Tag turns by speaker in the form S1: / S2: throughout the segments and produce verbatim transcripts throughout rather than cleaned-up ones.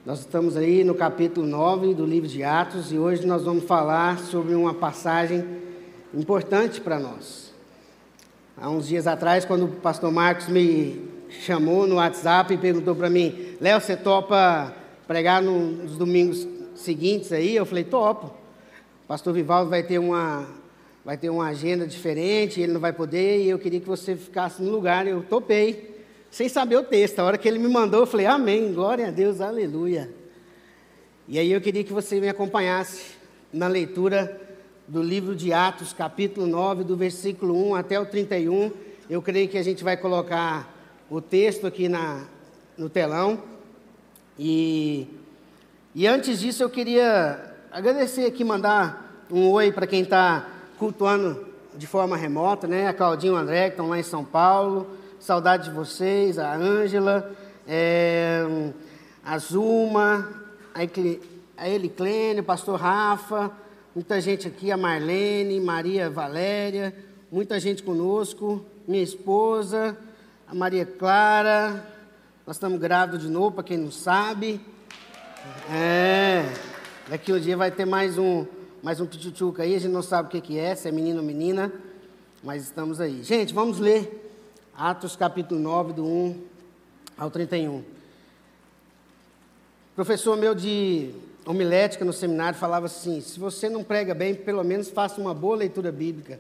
S1: Nós estamos aí no capítulo nove do livro de Atos e hoje nós vamos falar sobre uma passagem importante para nós. Há uns dias atrás, quando o pastor Marcos me chamou no WhatsApp e perguntou para mim: Léo, você topa pregar nos domingos seguintes aí? Eu falei: topo. O pastor Vivaldo vai ter uma, vai ter uma agenda diferente, ele não vai poder, e eu queria que você ficasse no lugar. Eu topei. Sem saber o texto. A hora que ele me mandou, eu falei: amém, glória a Deus, aleluia. E aí eu queria que você me acompanhasse na leitura do livro de Atos, capítulo nove, do versículo um até o trinta e um. Eu creio que a gente vai colocar o texto aqui na, no telão. E, e antes disso eu queria agradecer aqui, mandar um oi para quem está cultuando de forma remota, né? A Claudinha e o André, que estão lá em São Paulo. Saudade de vocês, a Ângela, é, a Zuma, a Eliclene, o pastor Rafa, muita gente aqui, a Marlene, Maria Valéria, muita gente conosco, minha esposa, a Maria Clara, nós estamos grávidos de novo, para quem não sabe. É, daqui um dia vai ter mais um, mais um pituchuca aí, a gente não sabe o que, que é, se é menino ou menina, mas estamos aí. Gente, vamos ler Atos capítulo nove, do um ao trinta e um. Professor meu de homilética no seminário falava assim: se você não prega bem, pelo menos faça uma boa leitura bíblica.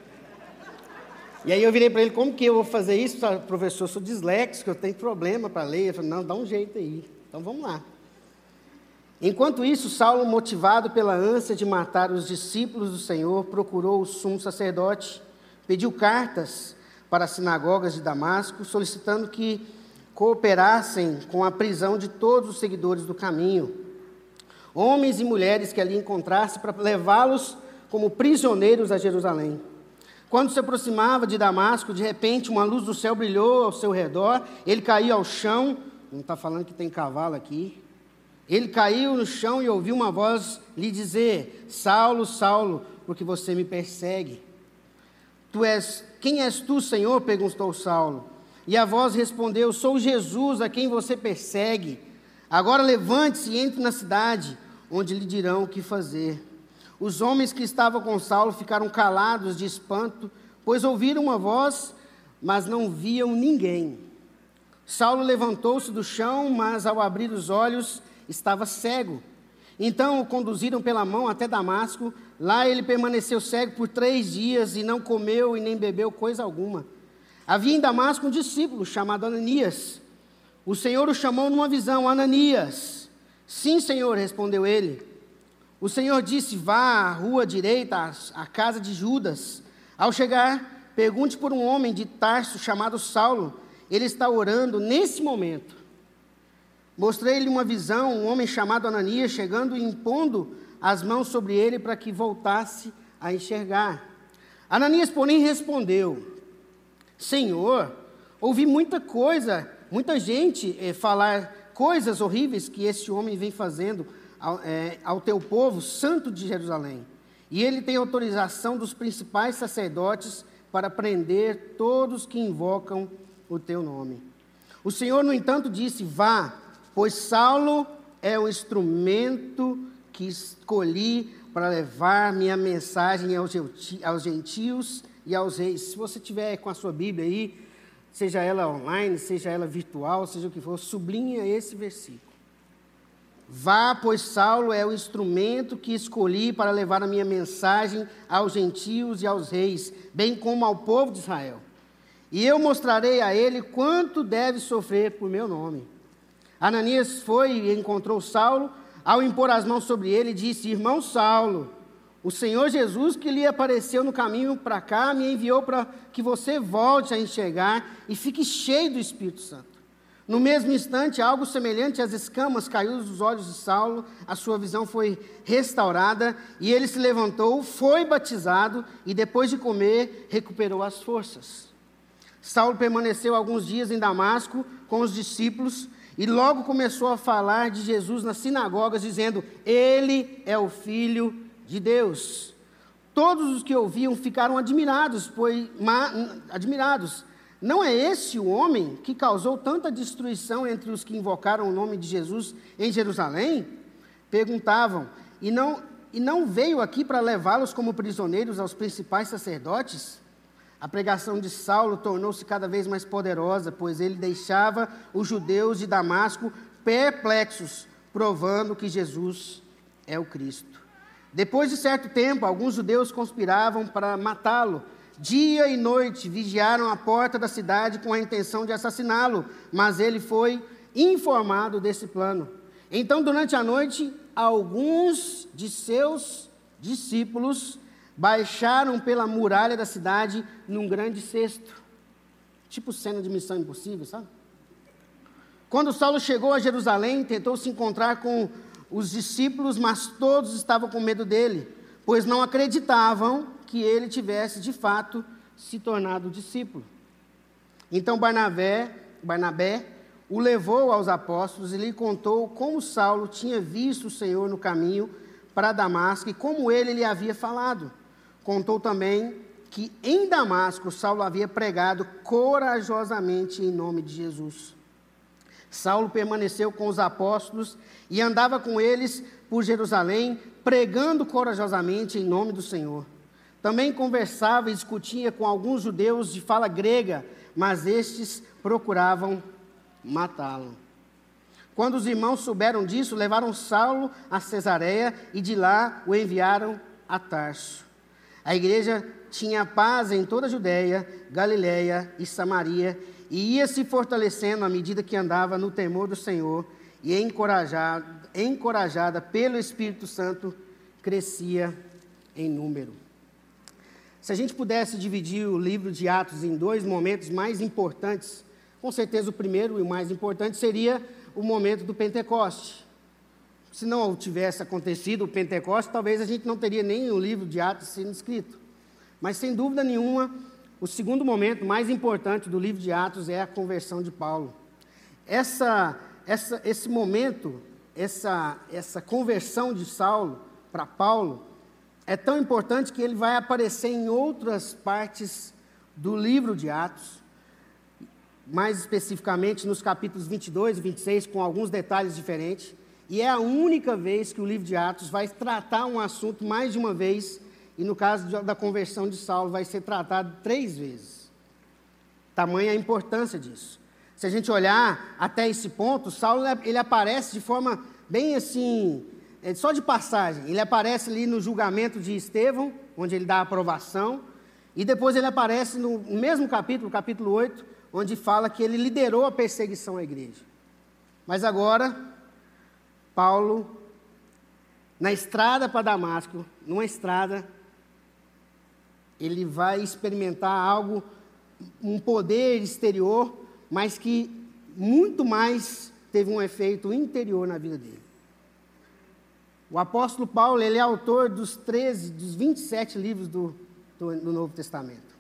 S1: E aí eu virei para ele: como que eu vou fazer isso, professor? Eu sou disléxico, eu tenho problema para ler. Ele falou: não, dá um jeito aí. Então vamos lá. Enquanto isso, Saulo, motivado pela ânsia de matar os discípulos do Senhor, procurou o sumo sacerdote, pediu cartas para as sinagogas de Damasco, solicitando que cooperassem com a prisão de todos os seguidores do caminho, homens e mulheres que ali encontrasse, para levá-los como prisioneiros a Jerusalém. Quando se aproximava de Damasco, de repente uma luz do céu brilhou ao seu redor, ele caiu ao chão. Não está falando que tem cavalo aqui. Ele caiu no chão e ouviu uma voz lhe dizer: Saulo, Saulo, porque você me persegue? Tu és, quem és tu, Senhor? Perguntou Saulo. E a voz respondeu: sou Jesus, a quem você persegue. Agora levante-se e entre na cidade, onde lhe dirão o que fazer. Os homens que estavam com Saulo ficaram calados de espanto, pois ouviram uma voz, mas não viam ninguém. Saulo levantou-se do chão, mas ao abrir os olhos estava cego. Então o conduziram pela mão até Damasco. Lá ele permaneceu cego por três dias e não comeu e nem bebeu coisa alguma. Havia em Damasco um discípulo chamado Ananias. O Senhor o chamou numa visão: Ananias. Sim, Senhor, respondeu ele. O Senhor disse: vá à rua direita, à casa de Judas. Ao chegar, pergunte por um homem de Tarso chamado Saulo. Ele está orando nesse momento. Mostrei-lhe uma visão, um homem chamado Ananias, chegando e impondo as mãos sobre ele para que voltasse a enxergar. Ananias, porém, respondeu: Senhor, ouvi muita coisa, muita gente eh, falar coisas horríveis que esse homem vem fazendo ao, eh, ao teu povo santo de Jerusalém. E ele tem autorização dos principais sacerdotes para prender todos que invocam o teu nome. O Senhor, no entanto, disse: vá, pois Saulo é o instrumento que escolhi para levar minha mensagem aos gentios e aos reis. Se você tiver com a sua Bíblia aí, seja ela online, seja ela virtual, seja o que for, sublinha esse versículo. Vá, pois Saulo é o instrumento que escolhi para levar a minha mensagem aos gentios e aos reis, bem como ao povo de Israel. E eu mostrarei a ele quanto deve sofrer por meu nome. Ananias foi e encontrou Saulo. Ao impor as mãos sobre ele, disse: irmão Saulo, o Senhor Jesus, que lhe apareceu no caminho para cá, me enviou para que você volte a enxergar e fique cheio do Espírito Santo. No mesmo instante, algo semelhante às escamas caiu dos olhos de Saulo, a sua visão foi restaurada, e ele se levantou, foi batizado, e depois de comer, recuperou as forças. Saulo permaneceu alguns dias em Damasco com os discípulos, e logo começou a falar de Jesus nas sinagogas, dizendo: ele é o Filho de Deus. Todos os que ouviam ficaram admirados, pois, ma, admirados, Não é esse o homem que causou tanta destruição entre os que invocaram o nome de Jesus em Jerusalém? Perguntavam, e não, e não veio aqui para levá-los como prisioneiros aos principais sacerdotes? A pregação de Saulo tornou-se cada vez mais poderosa, pois ele deixava os judeus de Damasco perplexos, provando que Jesus é o Cristo. Depois de certo tempo, alguns judeus conspiravam para matá-lo. Dia e noite vigiaram a porta da cidade com a intenção de assassiná-lo, mas ele foi informado desse plano. Então, durante a noite, alguns de seus discípulos baixaram pela muralha da cidade num grande cesto. Tipo cena de Missão Impossível, sabe? Quando Saulo chegou a Jerusalém, tentou se encontrar com os discípulos, mas todos estavam com medo dele, pois não acreditavam que ele tivesse, de fato, se tornado discípulo. Então Barnabé, Barnabé o levou aos apóstolos e lhe contou como Saulo tinha visto o Senhor no caminho para Damasco e como ele lhe havia falado. Contou também que em Damasco Saulo havia pregado corajosamente em nome de Jesus. Saulo permaneceu com os apóstolos e andava com eles por Jerusalém, pregando corajosamente em nome do Senhor. Também conversava e discutia com alguns judeus de fala grega, mas estes procuravam matá-lo. Quando os irmãos souberam disso, levaram Saulo a Cesareia e de lá o enviaram a Tarso. A igreja tinha paz em toda a Judéia, Galiléia e Samaria, e ia se fortalecendo à medida que andava no temor do Senhor, e encorajada, encorajada pelo Espírito Santo, crescia em número. Se a gente pudesse dividir o livro de Atos em dois momentos mais importantes, com certeza o primeiro e o mais importante seria o momento do Pentecoste. Se não tivesse acontecido o Pentecoste, talvez a gente não teria nem o livro de Atos sendo escrito. Mas, sem dúvida nenhuma, o segundo momento mais importante do livro de Atos é a conversão de Paulo. Essa, essa, esse momento, essa, essa conversão de Saulo para Paulo, é tão importante que ele vai aparecer em outras partes do livro de Atos, mais especificamente nos capítulos vinte e dois e vinte e seis, com alguns detalhes diferentes, e é a única vez que o livro de Atos vai tratar um assunto mais de uma vez, e no caso da conversão de Saulo vai ser tratado três vezes. Tamanha a importância disso. Se a gente olhar até esse ponto, Saulo ele aparece de forma bem assim, é só de passagem. Ele aparece ali no julgamento de Estevão, onde ele dá a aprovação, e depois ele aparece no mesmo capítulo, capítulo oito, onde fala que ele liderou a perseguição à igreja. Mas agora, Paulo, na estrada para Damasco, numa estrada, ele vai experimentar algo, um poder exterior, mas que muito mais teve um efeito interior na vida dele. O apóstolo Paulo, ele é autor dos treze, dos vinte e sete livros do, do, do Novo Testamento.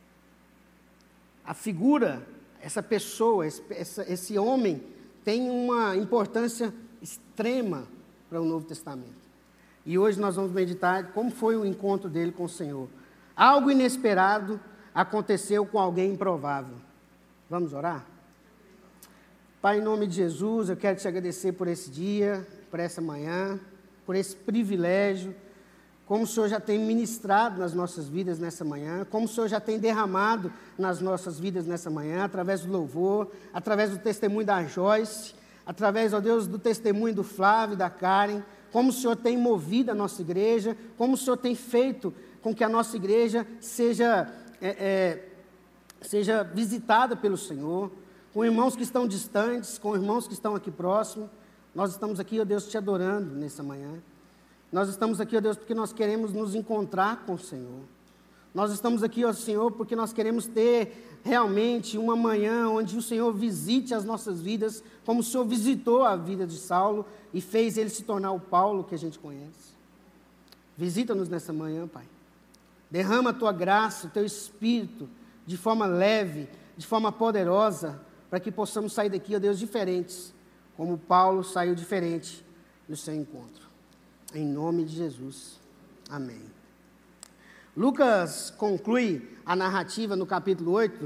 S1: A figura, essa pessoa, esse, essa, esse homem, tem uma importância extrema para o Novo Testamento. E hoje nós vamos meditar como foi o encontro dele com o Senhor. Algo inesperado aconteceu com alguém improvável. Vamos orar? Pai, em nome de Jesus, eu quero te agradecer por esse dia, por essa manhã, por esse privilégio, como o Senhor já tem ministrado nas nossas vidas nessa manhã, como o Senhor já tem derramado nas nossas vidas nessa manhã, através do louvor, através do testemunho da Joyce, através, ó Deus, do testemunho do Flávio e da Karen, como o Senhor tem movido a nossa igreja, como o Senhor tem feito com que a nossa igreja seja, é, é, seja visitada pelo Senhor, com irmãos que estão distantes, com irmãos que estão aqui próximos. Nós estamos aqui, ó Deus, te adorando nessa manhã. Nós estamos aqui, ó Deus, porque nós queremos nos encontrar com o Senhor. Nós estamos aqui, ó Senhor, porque nós queremos ter realmente uma manhã onde o Senhor visite as nossas vidas, como o Senhor visitou a vida de Saulo e fez ele se tornar o Paulo que a gente conhece. Visita-nos nessa manhã, Pai. Derrama a Tua graça, o Teu Espírito, de forma leve, de forma poderosa, para que possamos sair daqui, ó Deus, diferentes, como Paulo saiu diferente do seu encontro. Em nome de Jesus. Amém. Lucas conclui a narrativa no capítulo oito,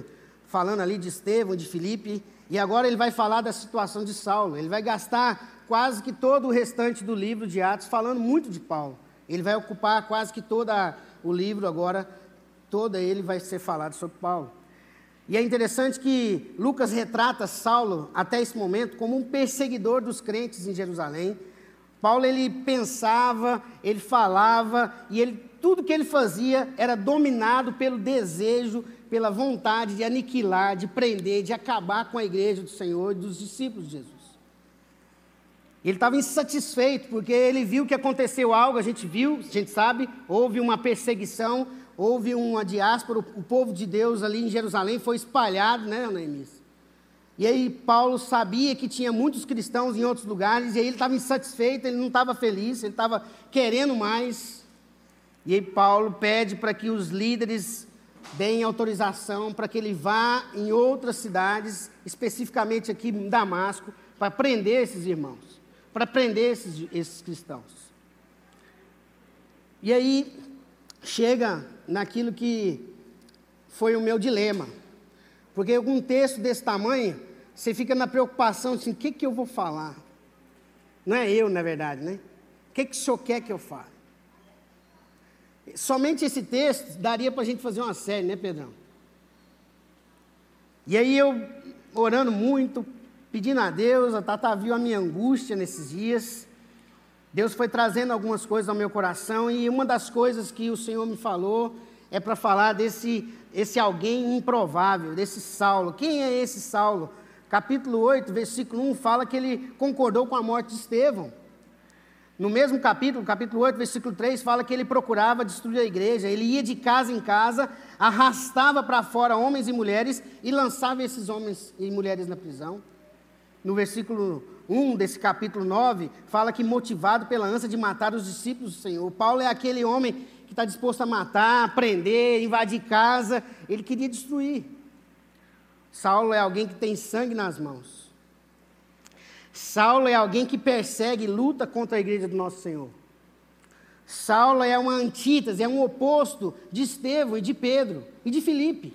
S1: falando ali de Estevão, de Filipe, e agora ele vai falar da situação de Saulo. Ele vai gastar quase que todo o restante do livro de Atos falando muito de Paulo. Ele vai ocupar quase que todo o livro agora, todo ele vai ser falado sobre Paulo. E é interessante que Lucas retrata Saulo, até esse momento, como um perseguidor dos crentes em Jerusalém. Paulo, ele pensava, ele falava, e ele, tudo que ele fazia era dominado pelo desejo, pela vontade de aniquilar, de prender, de acabar com a igreja do Senhor e dos discípulos de Jesus. Ele estava insatisfeito, porque ele viu que aconteceu algo, a gente viu, a gente sabe, houve uma perseguição, houve uma diáspora, o povo de Deus ali em Jerusalém foi espalhado, né, Neemias? E aí Paulo sabia que tinha muitos cristãos em outros lugares, e aí ele estava insatisfeito, ele não estava feliz, ele estava querendo mais. E aí Paulo pede para que os líderes deem autorização para que ele vá em outras cidades, especificamente aqui em Damasco, para prender esses irmãos, para prender esses, esses cristãos. E aí chega naquilo que foi o meu dilema, porque com um texto desse tamanho, você fica na preocupação assim, o que, que eu vou falar? Não é eu, na verdade, né? O que, que o senhor quer que eu fale? Somente esse texto daria para a gente fazer uma série, né, Pedrão? E aí eu, orando muito, pedindo a Deus, a Tata viu a minha angústia nesses dias, Deus foi trazendo algumas coisas ao meu coração, e uma das coisas que o Senhor me falou é para falar desse esse alguém improvável, desse Saulo. Quem é esse Saulo? Capítulo oito, versículo um, fala que ele concordou com a morte de Estevão. No mesmo capítulo, capítulo oito, versículo três, fala que ele procurava destruir a igreja, ele ia de casa em casa, arrastava para fora homens e mulheres e lançava esses homens e mulheres na prisão. No versículo um desse capítulo nove, fala que motivado pela ânsia de matar os discípulos do Senhor. Paulo é aquele homem que está disposto a matar, prender, invadir casa, ele queria destruir. Saulo é alguém que tem sangue nas mãos. Saulo é alguém que persegue e luta contra a igreja do nosso Senhor. Saulo é uma antítese, é um oposto de Estevão e de Pedro e de Filipe.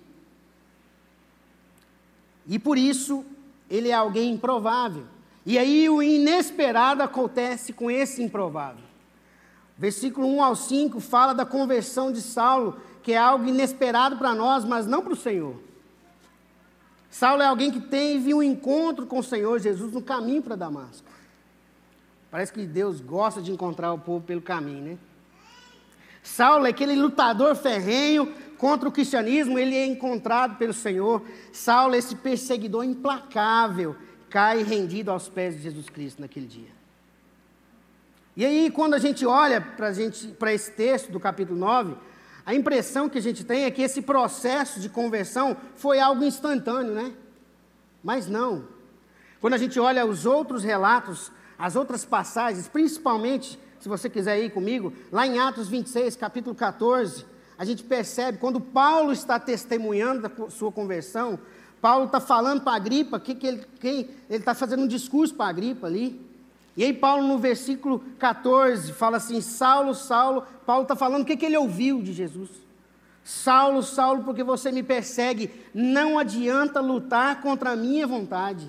S1: E por isso, ele é alguém improvável. E aí o inesperado acontece com esse improvável. Versículo um ao cinco fala da conversão de Saulo, que é algo inesperado para nós, mas não para o Senhor. Saulo é alguém que teve um encontro com o Senhor Jesus no caminho para Damasco. Parece que Deus gosta de encontrar o povo pelo caminho, né? Saulo é aquele lutador ferrenho contra o cristianismo, ele é encontrado pelo Senhor. Saulo é esse perseguidor implacável, cai rendido aos pés de Jesus Cristo naquele dia. E aí, quando a gente olha para gente, para esse texto do capítulo nove, a impressão que a gente tem é que esse processo de conversão foi algo instantâneo, né? Mas não. Quando a gente olha os outros relatos, as outras passagens, principalmente, se você quiser ir comigo, lá em Atos vinte e seis, capítulo quatorze, a gente percebe, quando Paulo está testemunhando da sua conversão, Paulo está falando para Agripa, que, que ele está fazendo um discurso para Agripa ali. E aí Paulo no versículo quatorze fala assim, Saulo, Saulo, Paulo está falando o que, que ele ouviu de Jesus. Saulo, Saulo, porque você me persegue, não adianta lutar contra a minha vontade.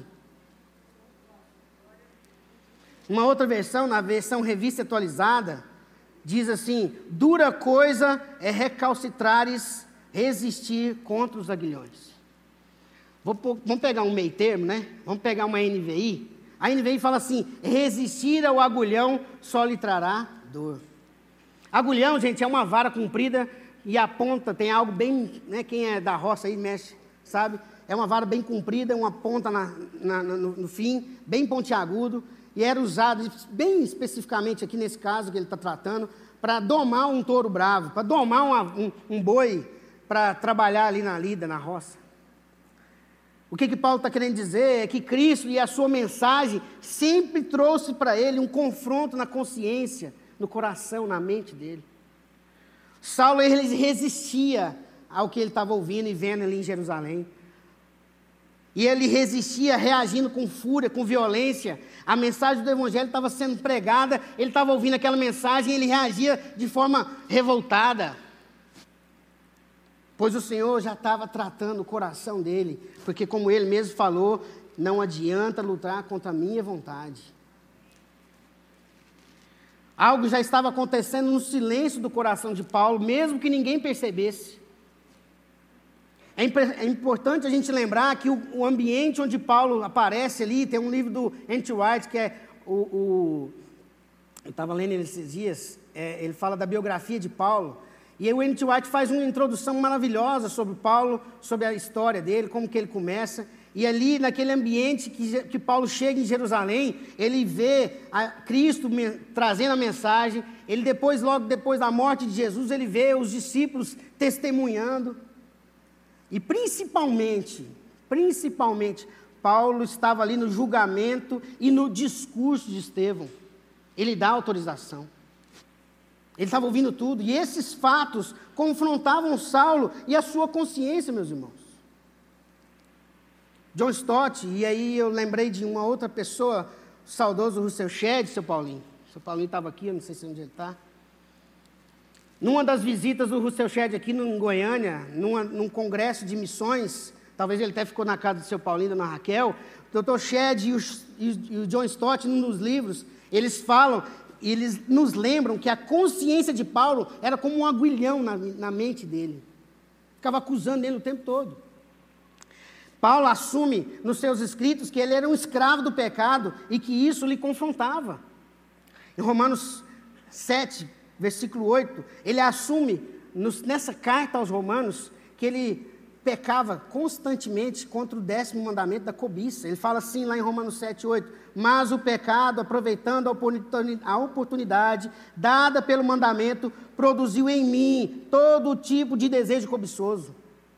S1: Uma outra versão, na versão revista atualizada, diz assim, dura coisa é recalcitrares, resistir contra os aguilhões. Vou, vamos pegar um meio termo, né? Vamos pegar uma N V I. A N V I fala assim, resistir ao agulhão só lhe trará dor. Agulhão, gente, é uma vara comprida e a ponta tem algo bem, né, quem é da roça aí mexe, sabe? É uma vara bem comprida, uma ponta na, na, no, no fim, bem pontiagudo, e era usado bem especificamente aqui nesse caso que ele está tratando, para domar um touro bravo, para domar uma, um, um boi, para trabalhar ali na lida, na roça. O que, que Paulo está querendo dizer é que Cristo e a sua mensagem sempre trouxe para ele um confronto na consciência, no coração, na mente dele. Saulo, ele resistia ao que ele estava ouvindo e vendo ali em Jerusalém. E ele resistia reagindo com fúria, com violência. A mensagem do Evangelho estava sendo pregada, ele estava ouvindo aquela mensagem e ele reagia de forma revoltada. pois o Senhor já estava tratando o coração dele, porque como ele mesmo falou, não adianta lutar contra a minha vontade. Algo já estava acontecendo no silêncio do coração de Paulo, mesmo que ninguém percebesse. É, imp é importante a gente lembrar que o, o ambiente onde Paulo aparece ali, tem um livro do N. White, que é o... o eu estava lendo ele esses dias, é, ele fala da biografia de Paulo, e aí o N. White faz uma introdução maravilhosa sobre Paulo, sobre a história dele, como que ele começa. E ali, naquele ambiente que, que Paulo chega em Jerusalém, ele vê a Cristo me, trazendo a mensagem. Ele depois, logo depois da morte de Jesus, ele vê os discípulos testemunhando. E principalmente, principalmente, Paulo estava ali no julgamento e no discurso de Estevão. Ele dá autorização. Ele estava ouvindo tudo. E esses fatos confrontavam Saulo e a sua consciência, meus irmãos. John Stott, e aí eu lembrei de uma outra pessoa, o saudoso Russell Shedd, seu Paulinho. Seu Paulinho estava aqui, eu não sei se onde ele está. Numa das visitas do Russell Shedd aqui em Goiânia, numa, num congresso de missões, talvez ele até ficou na casa do seu Paulinho, da Raquel, o doutor Shedd e, e, e o John Stott, num dos livros, eles falam, eles nos lembram que a consciência de Paulo era como um aguilhão na, na mente dele. Ficava acusando ele o tempo todo. Paulo assume nos seus escritos que ele era um escravo do pecado e que isso lhe confrontava. Em Romanos sete, versículo oito, ele assume nos, nessa carta aos Romanos que ele pecava constantemente contra o décimo mandamento da cobiça. Ele fala assim lá em Romanos sete, oito, mas o pecado, aproveitando a oportunidade dada pelo mandamento, produziu em mim todo tipo de desejo cobiçoso.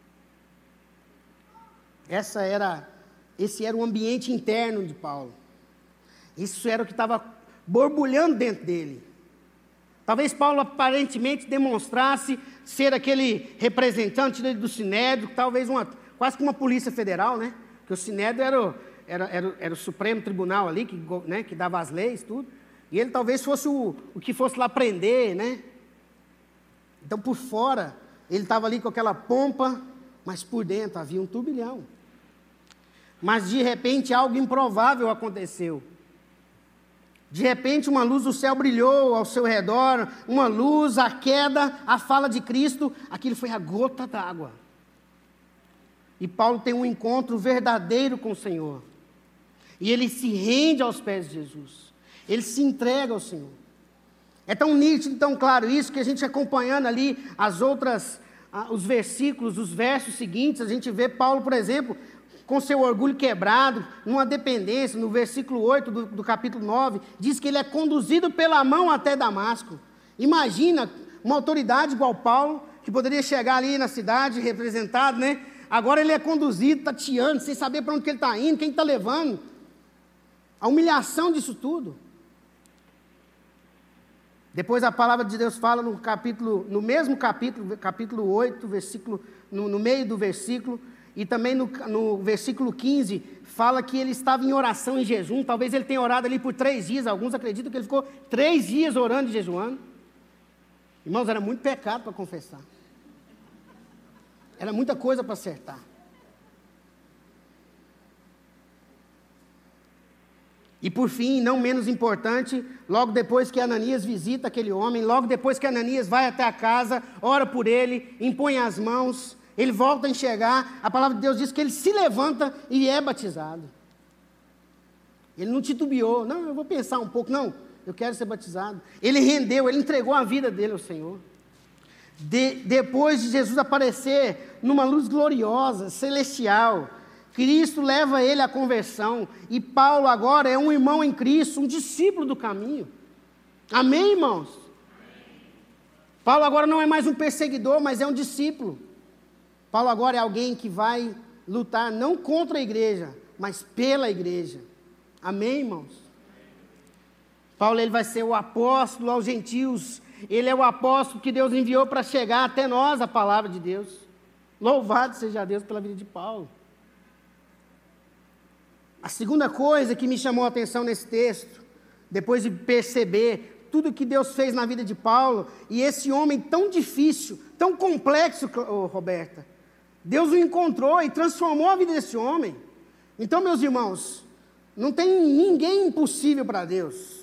S1: Essa era, esse era o ambiente interno de Paulo. Isso era o que estava borbulhando dentro dele. Talvez Paulo aparentemente demonstrasse ser aquele representante do Sinédrio, talvez uma, quase que uma polícia federal, né? Porque o Sinédrio era o, era, era, era o Supremo Tribunal ali, que, né, que dava as leis, tudo. E ele talvez fosse o, o que fosse lá prender, né? Então, por fora, ele estava ali com aquela pompa, mas por dentro havia um turbilhão. Mas, de repente, algo improvável aconteceu. De repente, uma luz do céu brilhou ao seu redor, uma luz, a queda, a fala de Cristo, aquilo foi a gota d'água. E Paulo tem um encontro verdadeiro com o Senhor. E ele se rende aos pés de Jesus. Ele se entrega ao Senhor. É tão nítido, tão claro isso, que a gente acompanhando ali as outras, os versículos, os versos seguintes, a gente vê Paulo, por exemplo, com seu orgulho quebrado, numa dependência, no versículo oito do, do capítulo nove, diz que ele é conduzido pela mão até Damasco. Imagina uma autoridade igual Paulo, que poderia chegar ali na cidade, representado, né? Agora ele é conduzido, tateando, sem saber para onde que ele está indo, quem está levando. A humilhação disso tudo. Depois a palavra de Deus fala no capítulo, no mesmo capítulo, capítulo oito, versículo, no, no meio do versículo, e também no, no versículo quinze, fala que ele estava em oração, em jejum. Talvez ele tenha orado ali por três dias. Alguns acreditam que ele ficou três dias orando e jejuando. Irmãos, era muito pecado para confessar. Era muita coisa para acertar. E por fim, não menos importante, logo depois que Ananias visita aquele homem, logo depois que Ananias vai até a casa, ora por ele, impõe as mãos, ele volta a enxergar, a palavra de Deus diz que ele se levanta e é batizado. Ele não titubeou, não, eu vou pensar um pouco, não, eu quero ser batizado. Ele rendeu, ele entregou a vida dele ao Senhor. De, depois de Jesus aparecer numa luz gloriosa, celestial, Cristo leva ele à conversão, e Paulo agora é um irmão em Cristo, um discípulo do caminho. Amém, irmãos? Amém. Paulo agora não é mais um perseguidor, mas é um discípulo. Paulo agora é alguém que vai lutar não contra a igreja, mas pela igreja. Amém, irmãos? Amém. Paulo ele vai ser o apóstolo aos gentios. Ele é o apóstolo que Deus enviou para chegar até nós a palavra de Deus. Louvado seja Deus pela vida de Paulo. A segunda coisa que me chamou a atenção nesse texto, depois de perceber tudo que Deus fez na vida de Paulo, e esse homem tão difícil, tão complexo, oh, Roberta, Deus o encontrou e transformou a vida desse homem. Então, meus irmãos, não tem ninguém impossível para Deus.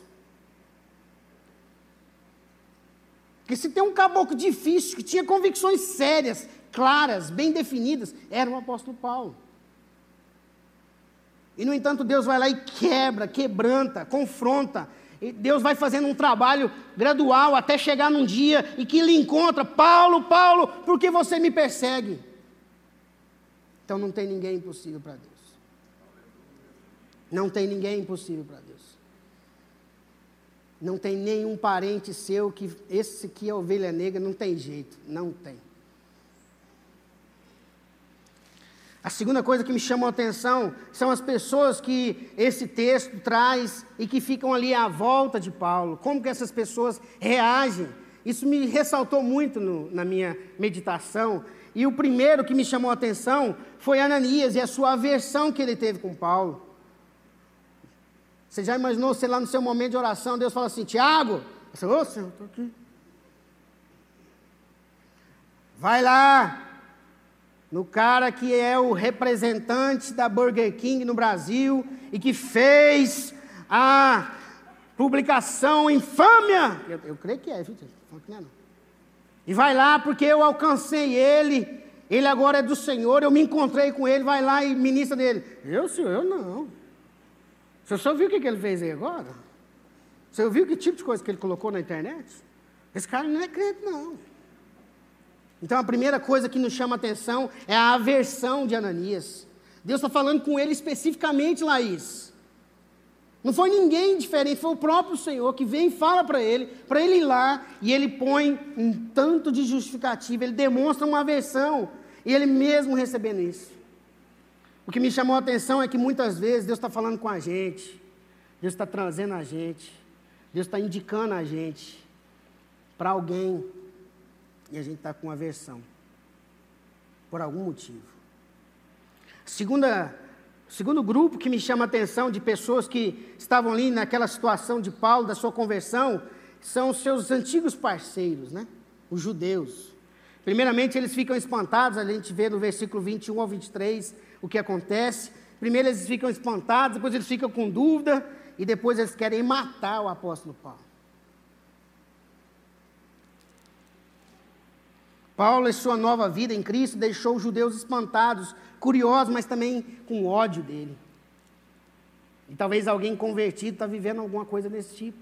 S1: Porque se tem um caboclo difícil, que tinha convicções sérias, claras, bem definidas, era o apóstolo Paulo. E, no entanto, Deus vai lá e quebra, quebranta, confronta. E Deus vai fazendo um trabalho gradual até chegar num dia e que ele encontra: Paulo, Paulo, por que você me persegue? Então não tem ninguém impossível para Deus. Não tem ninguém impossível para Deus. Não tem nenhum parente seu que esse aqui é a ovelha negra, não tem jeito, não tem. A segunda coisa que me chamou a atenção são as pessoas que esse texto traz e que ficam ali à volta de Paulo. Como que essas pessoas reagem? Isso me ressaltou muito no, na minha meditação. E o primeiro que me chamou a atenção foi Ananias e a sua aversão que ele teve com Paulo. Você já imaginou, sei lá, no seu momento de oração, Deus fala assim: Tiago, você, ô Senhor, estou aqui. Vai lá no cara que é o representante da Burger King no Brasil e que fez a publicação infâmia. Eu, eu creio que é, viu? Não é não. E vai lá porque eu alcancei ele, ele agora é do Senhor, eu me encontrei com ele, vai lá e ministra dele. Eu, senhor, eu não. Você só viu o que ele fez aí agora? Você viu que tipo de coisa que ele colocou na internet? Esse cara não é crente, não. Então a primeira coisa que nos chama a atenção é a aversão de Ananias. Deus está falando com ele especificamente, Laís. Não foi ninguém diferente, foi o próprio Senhor que vem e fala para ele, para ele ir lá, e ele põe um tanto de justificativa, ele demonstra uma aversão, e ele mesmo recebendo isso. O que me chamou a atenção é que muitas vezes Deus está falando com a gente, Deus está trazendo a gente, Deus está indicando a gente para alguém, e a gente está com aversão, por algum motivo. Segunda, segundo grupo que me chama a atenção de pessoas que estavam ali naquela situação de Paulo, da sua conversão, são os seus antigos parceiros, né? Os judeus. Primeiramente eles ficam espantados, a gente vê no versículo vinte e um ao vinte e três o que acontece. Primeiro eles ficam espantados, depois eles ficam com dúvida, e depois eles querem matar o apóstolo Paulo. Paulo, em sua nova vida em Cristo, deixou os judeus espantados, curiosos, mas também com ódio dele. E talvez alguém convertido está vivendo alguma coisa desse tipo.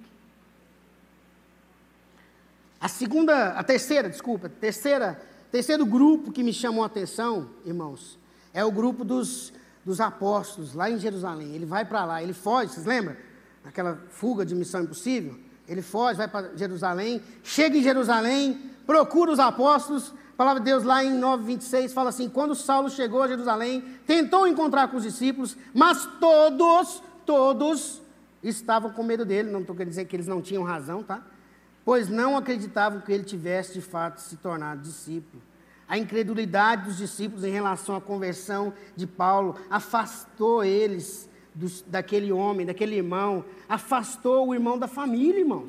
S1: A segunda, a terceira, desculpa, terceira, terceiro grupo que me chamou a atenção, irmãos, é o grupo dos, dos apóstolos, lá em Jerusalém. Ele vai para lá, ele foge, vocês lembram? Aquela fuga de Missão Impossível? Ele foge, vai para Jerusalém, chega em Jerusalém, procura os apóstolos. A palavra de Deus lá em nove, vinte e seis fala assim: quando Saulo chegou a Jerusalém, tentou encontrar com os discípulos, mas todos, todos estavam com medo dele. Não estou querendo dizer que eles não tinham razão, tá? Pois não acreditavam que ele tivesse de fato se tornado discípulo. A incredulidade dos discípulos em relação à conversão de Paulo afastou eles dos, daquele homem, daquele irmão, afastou o irmão da família, irmãos.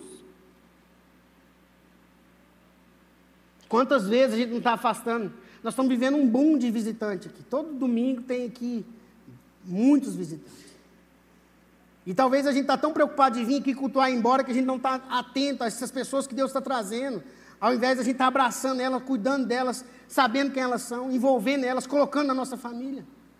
S1: Quantas vezes a gente não está afastando? Nós estamos vivendo um boom de visitante aqui. Todo domingo tem aqui muitos visitantes. E talvez a gente está tão preocupado de vir aqui cultuar e ir embora que a gente não está atento a essas pessoas que Deus está trazendo. Ao invés de a gente estar tá abraçando elas, cuidando delas, sabendo quem elas são, envolvendo elas, colocando na nossa família.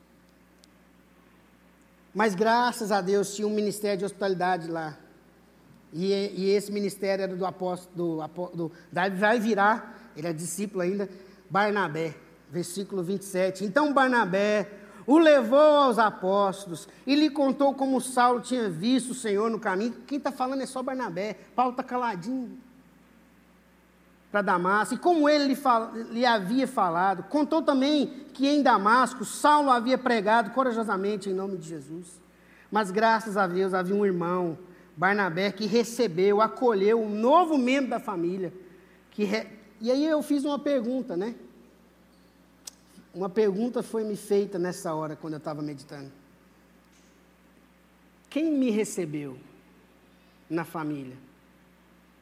S1: Mas graças a Deus tinha um ministério de hospitalidade lá. E, e esse ministério era do apóstolo, do, do, vai virar, ele é discípulo ainda, Barnabé, versículo vinte e sete. Então Barnabé o levou aos apóstolos e lhe contou como Saulo tinha visto o Senhor no caminho. Quem está falando é só Barnabé, Paulo está caladinho para Damasco, e como ele lhe, fal, lhe havia falado. Contou também que em Damasco Saulo havia pregado corajosamente em nome de Jesus. Mas graças a Deus havia um irmão, Barnabé, que recebeu, acolheu um novo membro da família. Que re... E aí eu fiz uma pergunta, né? Uma pergunta foi me feita nessa hora, quando eu estava meditando. Quem me recebeu na família?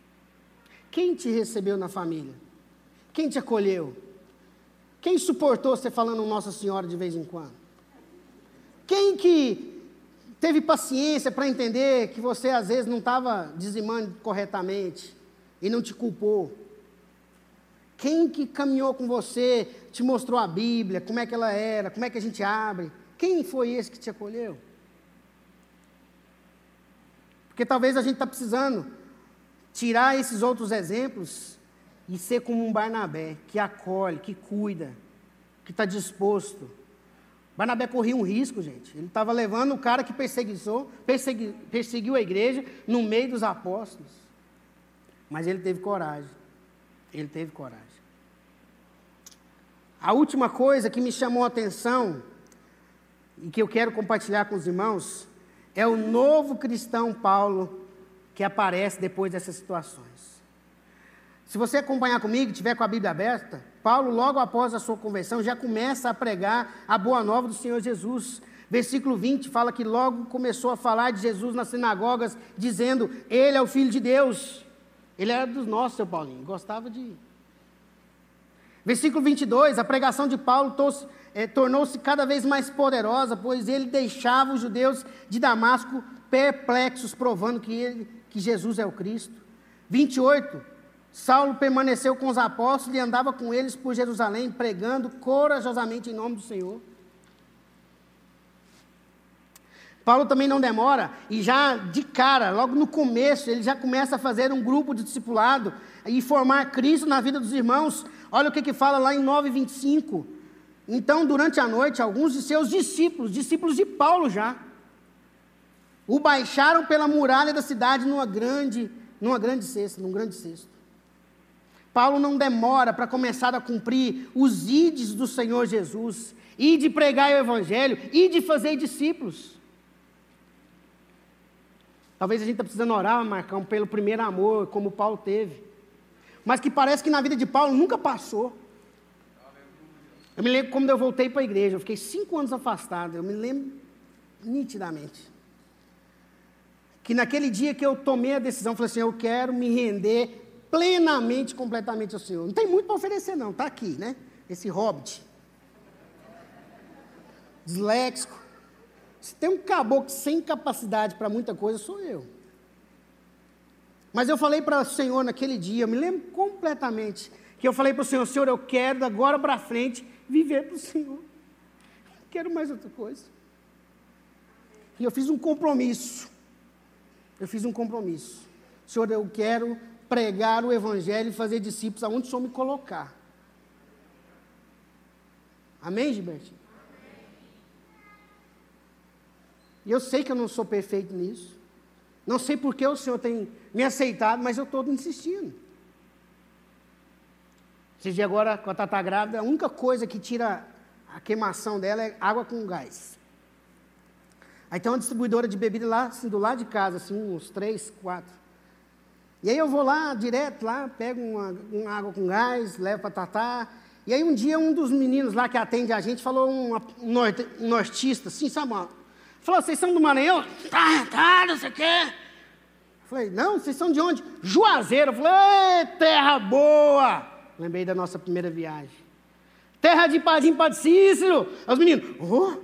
S1: Quem te recebeu na família? Quem te acolheu? Quem suportou você falando Nossa Senhora de vez em quando? Quem que teve paciência para entender que você às vezes não estava dizimando corretamente e não te culpou? Quem que caminhou com você, te mostrou a Bíblia, como é que ela era, como é que a gente abre? Quem foi esse que te acolheu? Porque talvez a gente está precisando tirar esses outros exemplos e ser como um Barnabé, que acolhe, que cuida, que está disposto. Barnabé corria um risco, gente. Ele estava levando o cara que perseguiu, persegui, perseguiu a igreja no meio dos apóstolos. Mas ele teve coragem. Ele teve coragem. A última coisa que me chamou a atenção e que eu quero compartilhar com os irmãos é o novo cristão Paulo que aparece depois dessas situações. Se você acompanhar comigo, tiver com a Bíblia aberta, Paulo, logo após a sua conversão, já começa a pregar a boa nova do Senhor Jesus. Versículo vinte fala que logo começou a falar de Jesus nas sinagogas, dizendo, Ele é o Filho de Deus. Ele era dos nossos, seu Paulinho, gostava de... Versículo vinte e dois, a pregação de Paulo é, tornou-se cada vez mais poderosa, pois ele deixava os judeus de Damasco perplexos, provando que, ele, que Jesus é o Cristo. vinte e oito, Saulo permaneceu com os apóstolos e andava com eles por Jerusalém, pregando corajosamente em nome do Senhor. Paulo também não demora, e já de cara, logo no começo, ele já começa a fazer um grupo de discipulado e formar Cristo na vida dos irmãos. Olha o que, que fala lá em nove, vinte e cinco. Então, durante a noite, alguns de seus discípulos, discípulos de Paulo já, o baixaram pela muralha da cidade numa grande, numa grande cesta, num grande cesto. Paulo não demora para começar a cumprir os ides do Senhor Jesus, e de pregar o Evangelho, e de fazer discípulos. Talvez a gente está precisando orar, Marcão, pelo primeiro amor, como Paulo teve. Mas que parece que na vida de Paulo nunca passou. Eu me lembro quando eu voltei para a igreja, eu fiquei cinco anos afastado, eu me lembro nitidamente. Que naquele dia que eu tomei a decisão, falei assim, eu quero me render plenamente, completamente ao Senhor. Não tem muito para oferecer não, está aqui, né? Esse hobbit. Disléxico. Se tem um caboclo sem capacidade para muita coisa, sou eu. Mas eu falei para o Senhor naquele dia, eu me lembro completamente, que eu falei para o Senhor, Senhor, eu quero da agora para frente viver para o Senhor. Não quero mais outra coisa. E eu fiz um compromisso. Eu fiz um compromisso. Senhor, eu quero pregar o Evangelho e fazer discípulos aonde o Senhor me colocar. Amém, Gilbertinho? E eu sei que eu não sou perfeito nisso. Não sei por que o Senhor tem me aceitado, mas eu estou insistindo. Esses dias agora, com a Tatá grávida, a única coisa que tira a queimação dela é água com gás. Aí tem uma distribuidora de bebida lá, assim, do lado de casa, assim, uns três, quatro. E aí eu vou lá, direto lá, pego uma, uma água com gás, levo para a Tatá. E aí um dia um dos meninos lá que atende a gente falou, um, um, norte, um nortista, assim, sabe, uma, falou, vocês são do Maranhão? Tá, tá, não sei o quê. Falei, não, vocês são de onde? Juazeiro. Eu falei, terra boa. Lembrei da nossa primeira viagem. Terra de Padim, Padre Cícero. Os meninos, oh,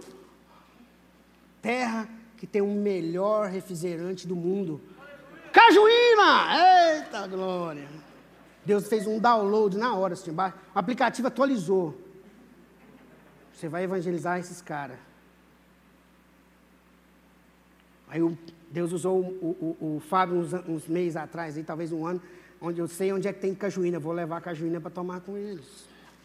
S1: terra que tem o melhor refrigerante do mundo. Cajuína! Eita glória! Deus fez um download na hora, assim, o aplicativo atualizou. Você vai evangelizar esses caras. Aí o, Deus usou o, o, o Fábio uns, uns meses atrás, aí, talvez um ano, onde eu sei onde é que tem cajuína, vou levar a cajuína para tomar com eles.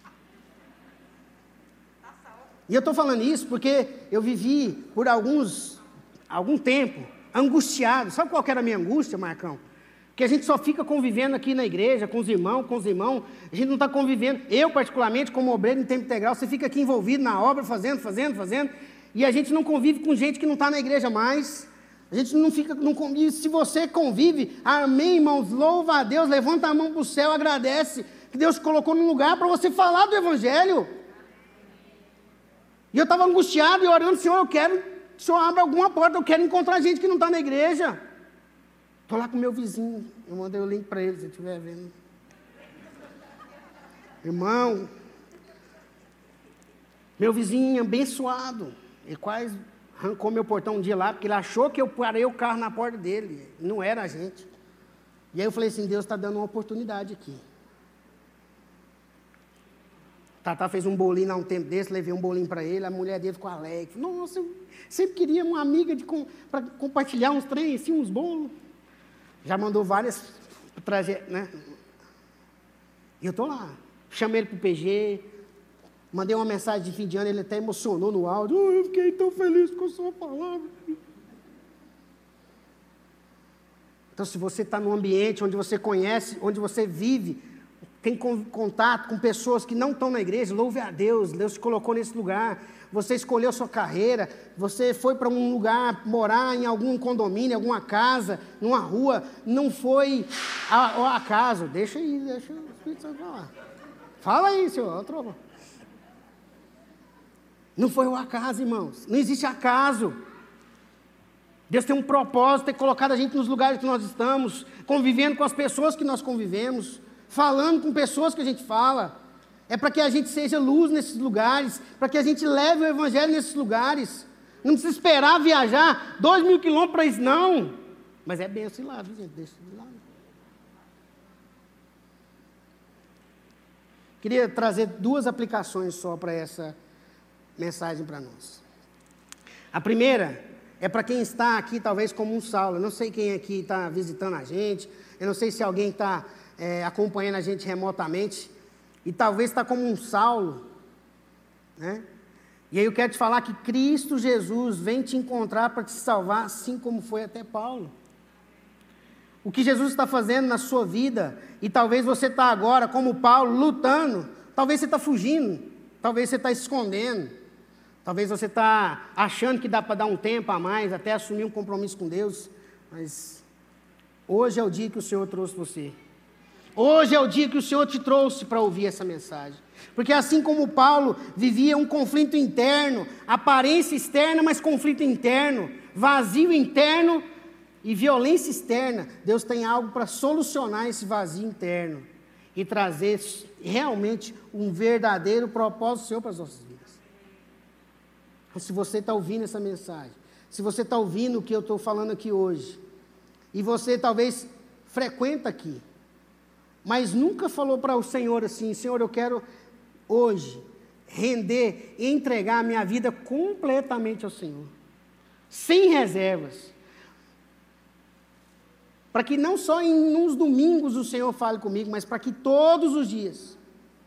S1: E eu estou falando isso porque eu vivi por alguns, algum tempo, angustiado. Sabe qual que era a minha angústia, Marcão? Que a gente só fica convivendo aqui na igreja, com os irmãos, com os irmãos, a gente não está convivendo. Eu, particularmente, como obreiro em tempo integral, você fica aqui envolvido na obra, fazendo, fazendo, fazendo, e a gente não convive com gente que não está na igreja mais. A gente não fica, não convive. Se você convive, amém, irmãos, louva a Deus, levanta a mão para o céu, agradece, que Deus colocou num lugar para você falar do Evangelho. E eu estava angustiado e orando, Senhor, eu quero, que o Senhor abra alguma porta, eu quero encontrar gente que não está na igreja. Estou lá com o meu vizinho. Eu mandei o link para ele, se estiver vendo. Irmão, meu vizinho abençoado. Ele quase arrancou meu portão um dia lá, porque ele achou que eu parei o carro na porta dele. Não era a gente. E aí eu falei assim, Deus está dando uma oportunidade aqui. Tatá fez um bolinho há um tempo desse, levei um bolinho para ele, a mulher dele ficou alegre. Falei, nossa, eu sempre queria uma amiga de com, para compartilhar uns trem, assim, uns bolos. Já mandou várias trajetos, né? E eu estou lá. Chamei ele para o P G, mandei uma mensagem de fim de ano, ele até emocionou no áudio. Oh, eu fiquei tão feliz com a sua palavra. Então, se você está num ambiente onde você conhece, onde você vive, tem contato com pessoas que não estão na igreja, louve a Deus, Deus te colocou nesse lugar, você escolheu sua carreira, você foi para um lugar, morar em algum condomínio, alguma casa, numa rua, não foi ao acaso. Deixa aí, deixa o Espírito Santo falar. Fala aí, senhor, outro. Não foi o acaso, irmãos, não existe acaso. Deus tem um propósito, tem colocado a gente nos lugares que nós estamos, convivendo com as pessoas que nós convivemos, falando com pessoas que a gente fala, é para que a gente seja luz nesses lugares, para que a gente leve o evangelho nesses lugares. Não precisa esperar viajar dois mil quilômetros para isso, não. Mas é bem assim lá, viu, gente? Deixa de lado. Queria trazer duas aplicações só para essa mensagem para nós. A primeira é para quem está aqui, talvez como um Saulo. Eu não sei quem aqui está visitando a gente, eu não sei se alguém está É, acompanhando a gente remotamente, e talvez está como um Saulo, né? E aí eu quero te falar que Cristo Jesus vem te encontrar para te salvar, assim como foi até Paulo. O que Jesus está fazendo na sua vida, e talvez você está agora, como Paulo, lutando, talvez você está fugindo, talvez você está escondendo, talvez você está achando que dá para dar um tempo a mais, até assumir um compromisso com Deus, mas hoje é o dia que o Senhor trouxe você. Hoje é o dia que o Senhor te trouxe para ouvir essa mensagem. Porque assim como Paulo vivia um conflito interno, aparência externa, mas conflito interno, vazio interno e violência externa, Deus tem algo para solucionar esse vazio interno e trazer realmente um verdadeiro propósito seu para as nossas vidas. Então, se você está ouvindo essa mensagem, se você está ouvindo o que eu estou falando aqui hoje, e você talvez frequenta aqui, mas nunca falou para o Senhor assim, Senhor, eu quero hoje render e entregar a minha vida completamente ao Senhor, sem reservas, para que não só em uns domingos o Senhor fale comigo, mas para que todos os dias.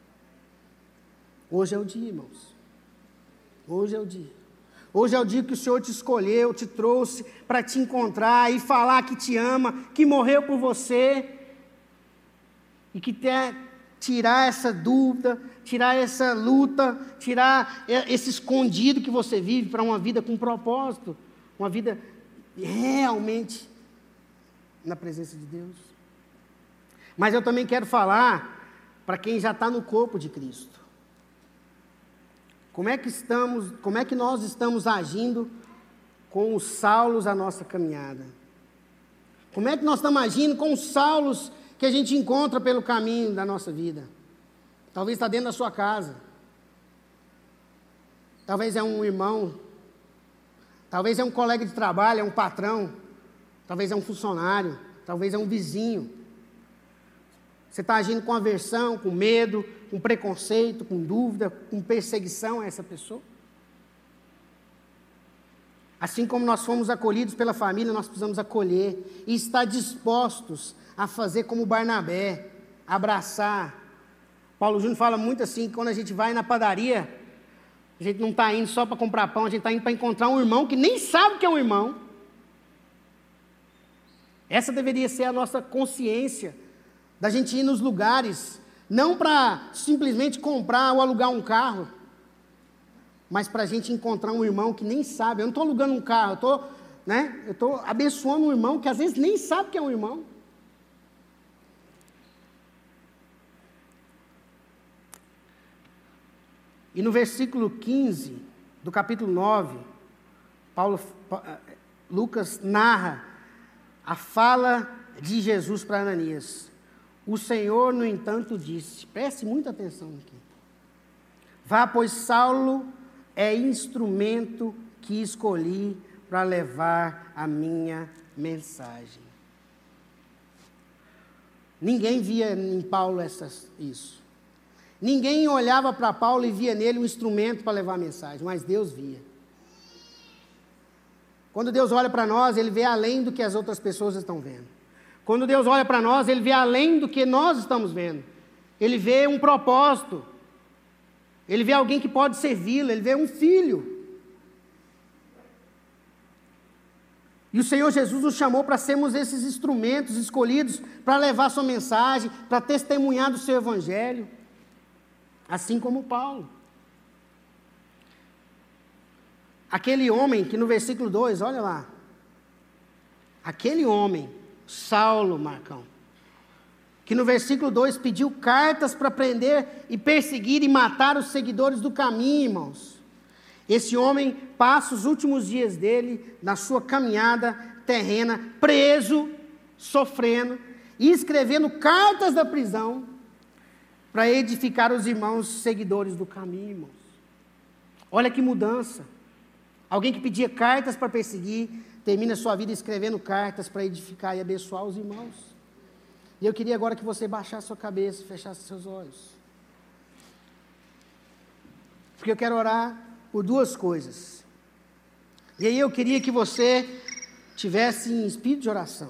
S1: Hoje é o dia, irmãos, hoje é o dia, hoje é o dia que o Senhor te escolheu, te trouxe para te encontrar e falar que te ama, que morreu por você, e que quer tirar essa dúvida, tirar essa luta, tirar esse escondido que você vive para uma vida com propósito, uma vida realmente na presença de Deus. Mas eu também quero falar para quem já está no corpo de Cristo. Como é que estamos, como é que nós estamos agindo com os Saulos da nossa caminhada? Como é que nós estamos agindo com os Saulos que a gente encontra pelo caminho da nossa vida? Talvez está dentro da sua casa, talvez é um irmão, talvez é um colega de trabalho, é um patrão, talvez é um funcionário, talvez é um vizinho. Você está agindo com aversão, com medo, com preconceito, com dúvida, com perseguição a essa pessoa? Assim como nós fomos acolhidos pela família, nós precisamos acolher e estar dispostos a fazer como Barnabé, abraçar. Paulo Júnior fala muito assim, que quando a gente vai na padaria, a gente não está indo só para comprar pão, a gente está indo para encontrar um irmão que nem sabe que é um irmão. Essa deveria ser a nossa consciência, da gente ir nos lugares, não para simplesmente comprar ou alugar um carro, mas para a gente encontrar um irmão que nem sabe. Eu não estou alugando um carro, eu estou, né, eu estou abençoando um irmão que às vezes nem sabe que é um irmão. E no versículo quinze do capítulo nove, Paulo, Lucas narra a fala de Jesus para Ananias. O Senhor, no entanto, disse, preste muita atenção aqui. Vá, pois Saulo é instrumento que escolhi para levar a minha mensagem. Ninguém via em Paulo essas, isso. Ninguém olhava para Paulo e via nele um instrumento para levar a mensagem, mas Deus via. Quando Deus olha para nós, Ele vê além do que as outras pessoas estão vendo. Quando Deus olha para nós, Ele vê além do que nós estamos vendo. Ele vê um propósito. Ele vê alguém que pode servi-lo. Ele vê um filho. E o Senhor Jesus nos chamou para sermos esses instrumentos escolhidos para levar a sua mensagem, para testemunhar do seu evangelho. Assim como Paulo. Aquele homem que no versículo dois, olha lá. Aquele homem, Saulo, Marcão, que no versículo dois pediu cartas para prender e perseguir e matar os seguidores do caminho, irmãos. Esse homem passa os últimos dias dele na sua caminhada terrena, preso, sofrendo e escrevendo cartas da prisão para edificar os irmãos seguidores do caminho, irmãos. Olha que mudança. Alguém que pedia cartas para perseguir, termina sua vida escrevendo cartas para edificar e abençoar os irmãos. E eu queria agora que você baixasse sua cabeça e fechasse seus olhos. Porque eu quero orar por duas coisas. E aí eu queria que você tivesse em espírito de oração.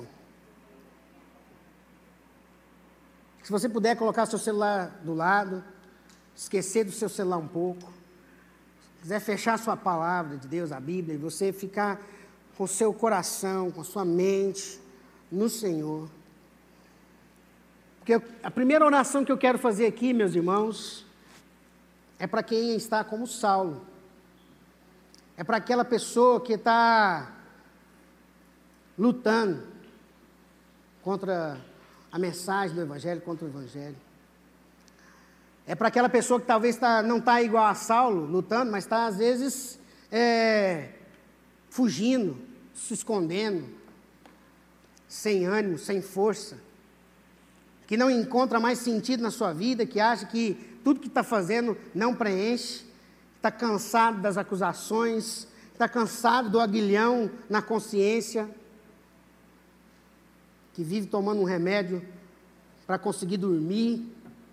S1: Se você puder colocar seu celular do lado, esquecer do seu celular um pouco, se quiser fechar a sua palavra de Deus, a Bíblia, e você ficar com o seu coração, com a sua mente no Senhor. Porque eu, a primeira oração que eu quero fazer aqui, meus irmãos, é para quem está como Saulo. É para aquela pessoa que está lutando contra a mensagem do Evangelho, contra o Evangelho. É para aquela pessoa que talvez tá, não está igual a Saulo, lutando, mas está às vezes é, fugindo, se escondendo, sem ânimo, sem força, que não encontra mais sentido na sua vida, que acha que tudo que está fazendo não preenche, está cansado das acusações, está cansado do aguilhão na consciência, que vive tomando um remédio para conseguir dormir.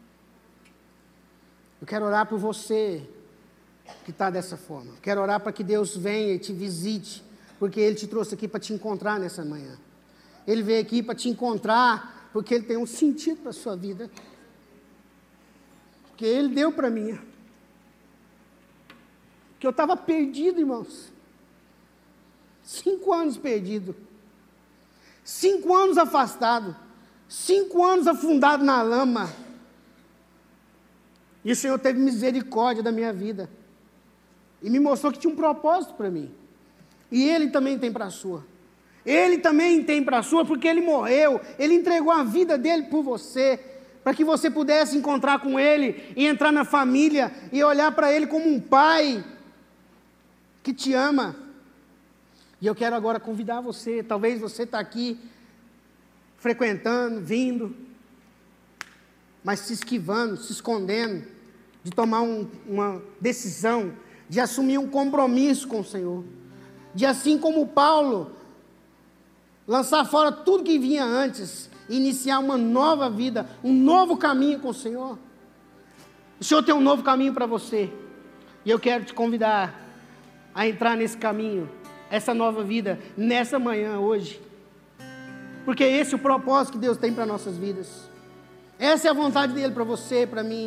S1: Eu quero orar por você que está dessa forma. Eu quero orar para que Deus venha e te visite, porque Ele te trouxe aqui para te encontrar nessa manhã. Ele veio aqui para te encontrar, porque Ele tem um sentido para a sua vida. Porque Ele deu para mim. Que eu estava perdido, irmãos. Cinco anos perdido. Cinco anos afastado. Cinco anos afundado na lama. E o Senhor teve misericórdia da minha vida. E me mostrou que tinha um propósito para mim. E Ele também tem para a sua. Ele também tem para a sua, porque Ele morreu. Ele entregou a vida dEle por você, para que você pudesse encontrar com Ele, e entrar na família, e olhar para Ele como um pai que te ama. E eu quero agora convidar você, talvez você está aqui, frequentando, vindo, mas se esquivando, se escondendo, de tomar um, uma decisão, de assumir um compromisso com o Senhor, de assim como Paulo, lançar fora tudo que vinha antes, e iniciar uma nova vida, um novo caminho com o Senhor. O Senhor tem um novo caminho para você, e eu quero te convidar a entrar nesse caminho, essa nova vida, nessa manhã, hoje, porque esse é o propósito que Deus tem para nossas vidas. Essa é a vontade dEle para você, para mim.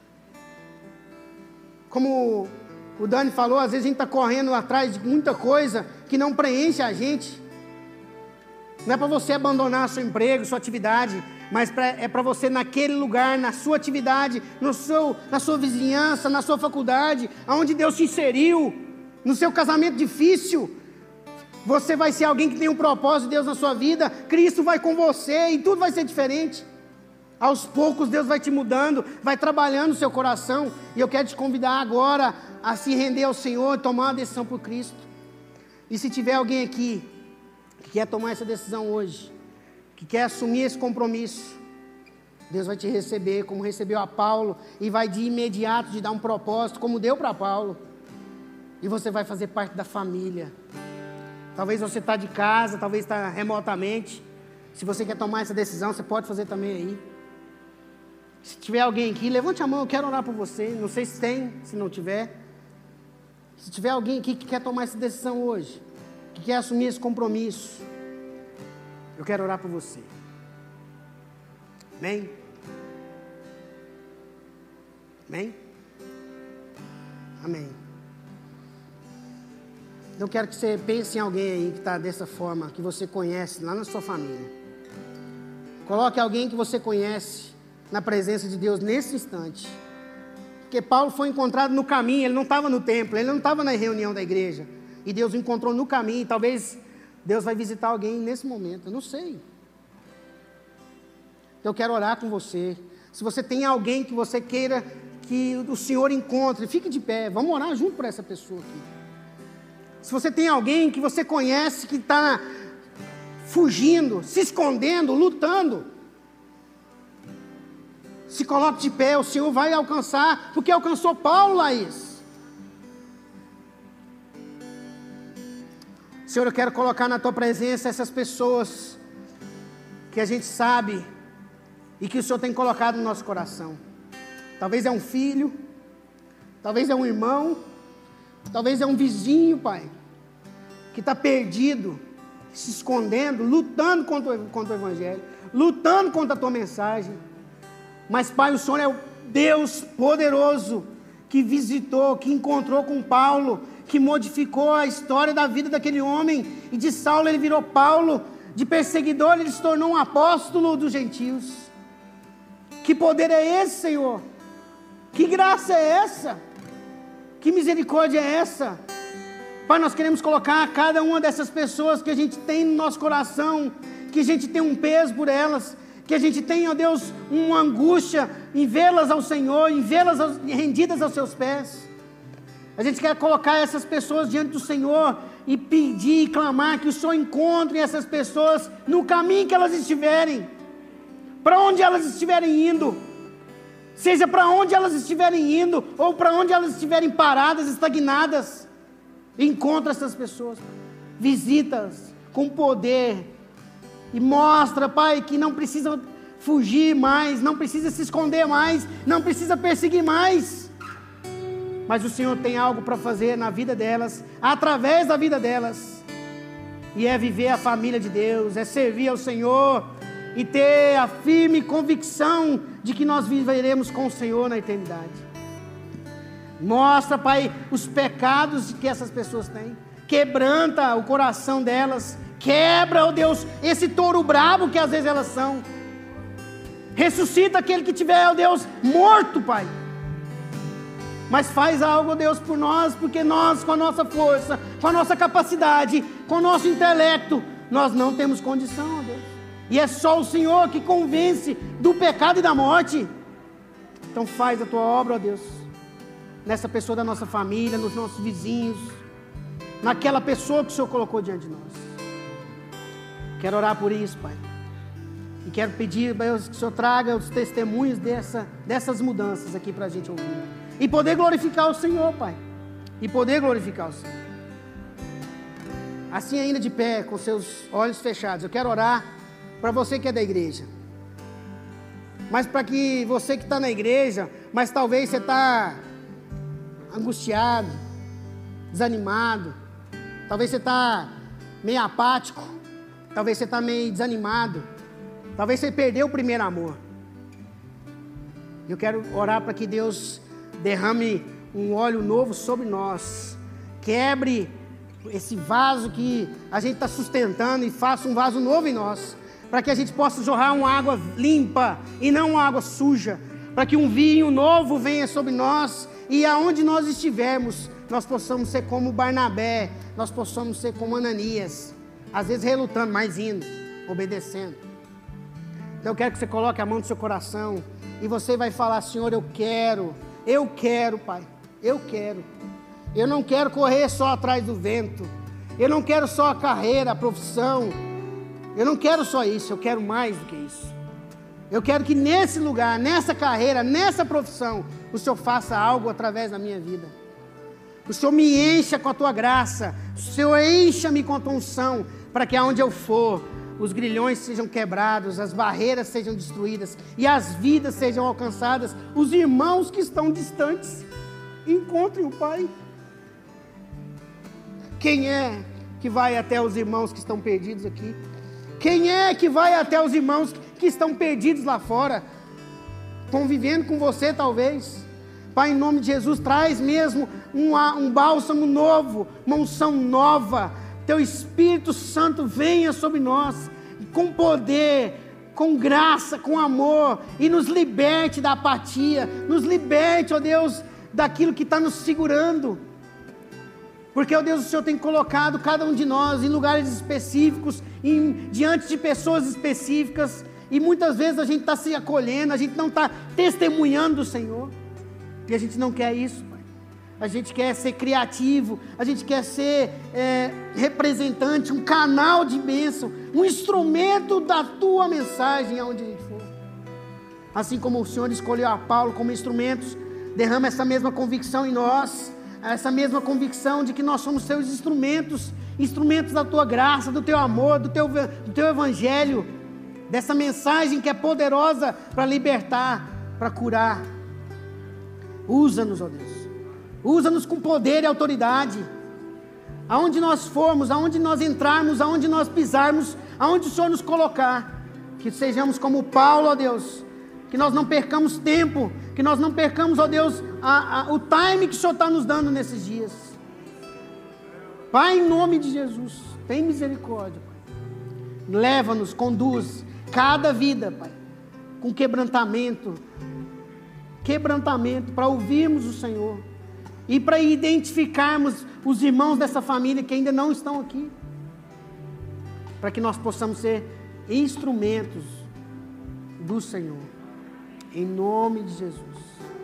S1: Como o Dani falou, às vezes a gente está correndo atrás de muita coisa que não preenche a gente. Não é para você abandonar seu emprego, sua atividade, mas pra, é para você naquele lugar, na sua atividade, no seu, na sua vizinhança, na sua faculdade, aonde Deus te inseriu, no seu casamento difícil. Você vai ser alguém que tem um propósito de Deus na sua vida, Cristo vai com você e tudo vai ser diferente. Aos poucos Deus vai te mudando, vai trabalhando o seu coração, e eu quero te convidar agora a se render ao Senhor e tomar uma decisão por Cristo. E se tiver alguém aqui que quer tomar essa decisão hoje, que quer assumir esse compromisso, Deus vai te receber como recebeu a Paulo e vai de imediato te dar um propósito, como deu para Paulo. E você vai fazer parte da família. Talvez você está de casa, talvez está remotamente. Se você quer tomar essa decisão, você pode fazer também aí. Se tiver alguém aqui, levante a mão, eu quero orar por você. Não sei se tem, se não tiver. Se tiver alguém aqui que quer tomar essa decisão hoje, que quer assumir esse compromisso, eu quero orar por você. Amém? Amém? Amém. Eu quero que você pense em alguém aí que está dessa forma, que você conhece lá na sua família. Coloque alguém que você conhece na presença de Deus nesse instante. Porque Paulo foi encontrado no caminho, ele não estava no templo, ele não estava na reunião da igreja. E Deus o encontrou no caminho, talvez Deus vai visitar alguém nesse momento, eu não sei. Eu quero orar com você. Se você tem alguém que você queira que o Senhor encontre, fique de pé, vamos orar junto por essa pessoa aqui. Se você tem alguém que você conhece que está fugindo, se escondendo, lutando, se coloque de pé, o Senhor vai alcançar, porque alcançou Paulo, Laís. Senhor, eu quero colocar na tua presença essas pessoas que a gente sabe e que o Senhor tem colocado no nosso coração. Talvez é um filho, talvez é um irmão, talvez é um vizinho, Pai, que está perdido, se escondendo, lutando contra o, contra o Evangelho, lutando contra a tua mensagem. Mas, Pai, o Senhor é o Deus poderoso que visitou, que encontrou com Paulo, que modificou a história da vida daquele homem, e de Saulo ele virou Paulo, de perseguidor ele se tornou um apóstolo dos gentios. Que poder é esse, Senhor? Que graça é essa? Que misericórdia é essa? Pai, nós queremos colocar cada uma dessas pessoas que a gente tem no nosso coração, que a gente tem um peso por elas, que a gente tem, ó Deus, uma angústia em vê-las ao Senhor, em vê-las rendidas aos seus pés. A gente quer colocar essas pessoas diante do Senhor e pedir e clamar que o Senhor encontre essas pessoas no caminho que elas estiverem, para onde elas estiverem indo, seja para onde elas estiverem indo, ou para onde elas estiverem paradas, estagnadas. Encontra essas pessoas, visita-as com poder, e mostra, Pai, que não precisa fugir mais, não precisa se esconder mais, não precisa perseguir mais, mas o Senhor tem algo para fazer na vida delas, através da vida delas, e é viver a família de Deus, é servir ao Senhor, e ter a firme convicção de que nós viveremos com o Senhor na eternidade. Mostra, Pai, os pecados que essas pessoas têm, quebranta o coração delas, quebra, ó Deus, esse touro bravo que às vezes elas são, ressuscita aquele que tiver, ó Deus, morto, Pai, mas faz algo, ó Deus, por nós, porque nós, com a nossa força, com a nossa capacidade, com o nosso intelecto, nós não temos condição, ó Deus, e é só o Senhor que convence do pecado e da morte. Então faz a tua obra, ó Deus, nessa pessoa da nossa família, nos nossos vizinhos, naquela pessoa que o Senhor colocou diante de nós. Quero orar por isso, Pai, e quero pedir, Deus, que o Senhor traga os testemunhos dessa, dessas mudanças aqui para a gente ouvir, e poder glorificar o Senhor, Pai, e poder glorificar o Senhor. Assim ainda de pé, com seus olhos fechados, eu quero orar para você que é da igreja, mas para que você que está na igreja, mas talvez você está angustiado, desanimado, talvez você está meio apático, talvez você está meio desanimado, talvez você perdeu o primeiro amor. Eu quero orar para que Deus derrame um óleo novo sobre nós, quebre esse vaso que a gente está sustentando e faça um vaso novo em nós, para que a gente possa jorrar uma água limpa e não uma água suja, para que um vinho novo venha sobre nós, e aonde nós estivermos, nós possamos ser como Barnabé, nós possamos ser como Ananias, às vezes relutando, mas indo, obedecendo. Então eu quero que você coloque a mão no seu coração, e você vai falar: Senhor, eu quero, eu quero, Pai, eu quero, eu não quero correr só atrás do vento, Eu não quero só a carreira, a profissão. Eu não quero só isso, eu quero mais do que isso. Eu quero que nesse lugar, nessa carreira, nessa profissão, o Senhor faça algo através da minha vida. O Senhor me encha com a tua graça. O Senhor encha-me com a tua unção, para que aonde eu for, os grilhões sejam quebrados, as barreiras sejam destruídas e as vidas sejam alcançadas. Os irmãos que estão distantes encontrem o Pai. Quem é que vai até os irmãos que estão perdidos aqui? Quem é que vai até os irmãos que estão perdidos lá fora, convivendo com você talvez? Pai, em nome de Jesus, traz mesmo um, um bálsamo novo, uma unção nova. Teu Espírito Santo venha sobre nós, com poder, com graça, com amor, e nos liberte da apatia, nos liberte, ó Deus, daquilo que está nos segurando. Porque, ó Deus, o Senhor tem colocado cada um de nós em lugares específicos, em, diante de pessoas específicas, e muitas vezes a gente está se acolhendo, a gente não está testemunhando do Senhor, e a gente não quer isso, Pai. A gente quer ser criativo, a gente quer ser é, representante, um canal de bênção, um instrumento da Tua mensagem aonde a gente for. Assim como o Senhor escolheu a Paulo como instrumentos, derrama essa mesma convicção em nós, essa mesma convicção de que nós somos Seus instrumentos, instrumentos da Tua graça, do Teu amor, do Teu, do teu Evangelho, dessa mensagem que é poderosa para libertar, para curar. Usa-nos, ó Deus. Usa-nos com poder e autoridade. Aonde nós formos, aonde nós entrarmos, aonde nós pisarmos, aonde o Senhor nos colocar, que sejamos como Paulo, ó Deus, que nós não percamos tempo, que nós não percamos, ó Deus, a, a, o time que o Senhor está nos dando nesses dias. Pai, em nome de Jesus, tem misericórdia, Pai. Leva-nos, conduz cada vida, Pai, com quebrantamento, quebrantamento, para ouvirmos o Senhor. E para identificarmos os irmãos dessa família que ainda não estão aqui. Para que nós possamos ser instrumentos do Senhor. Em nome de Jesus.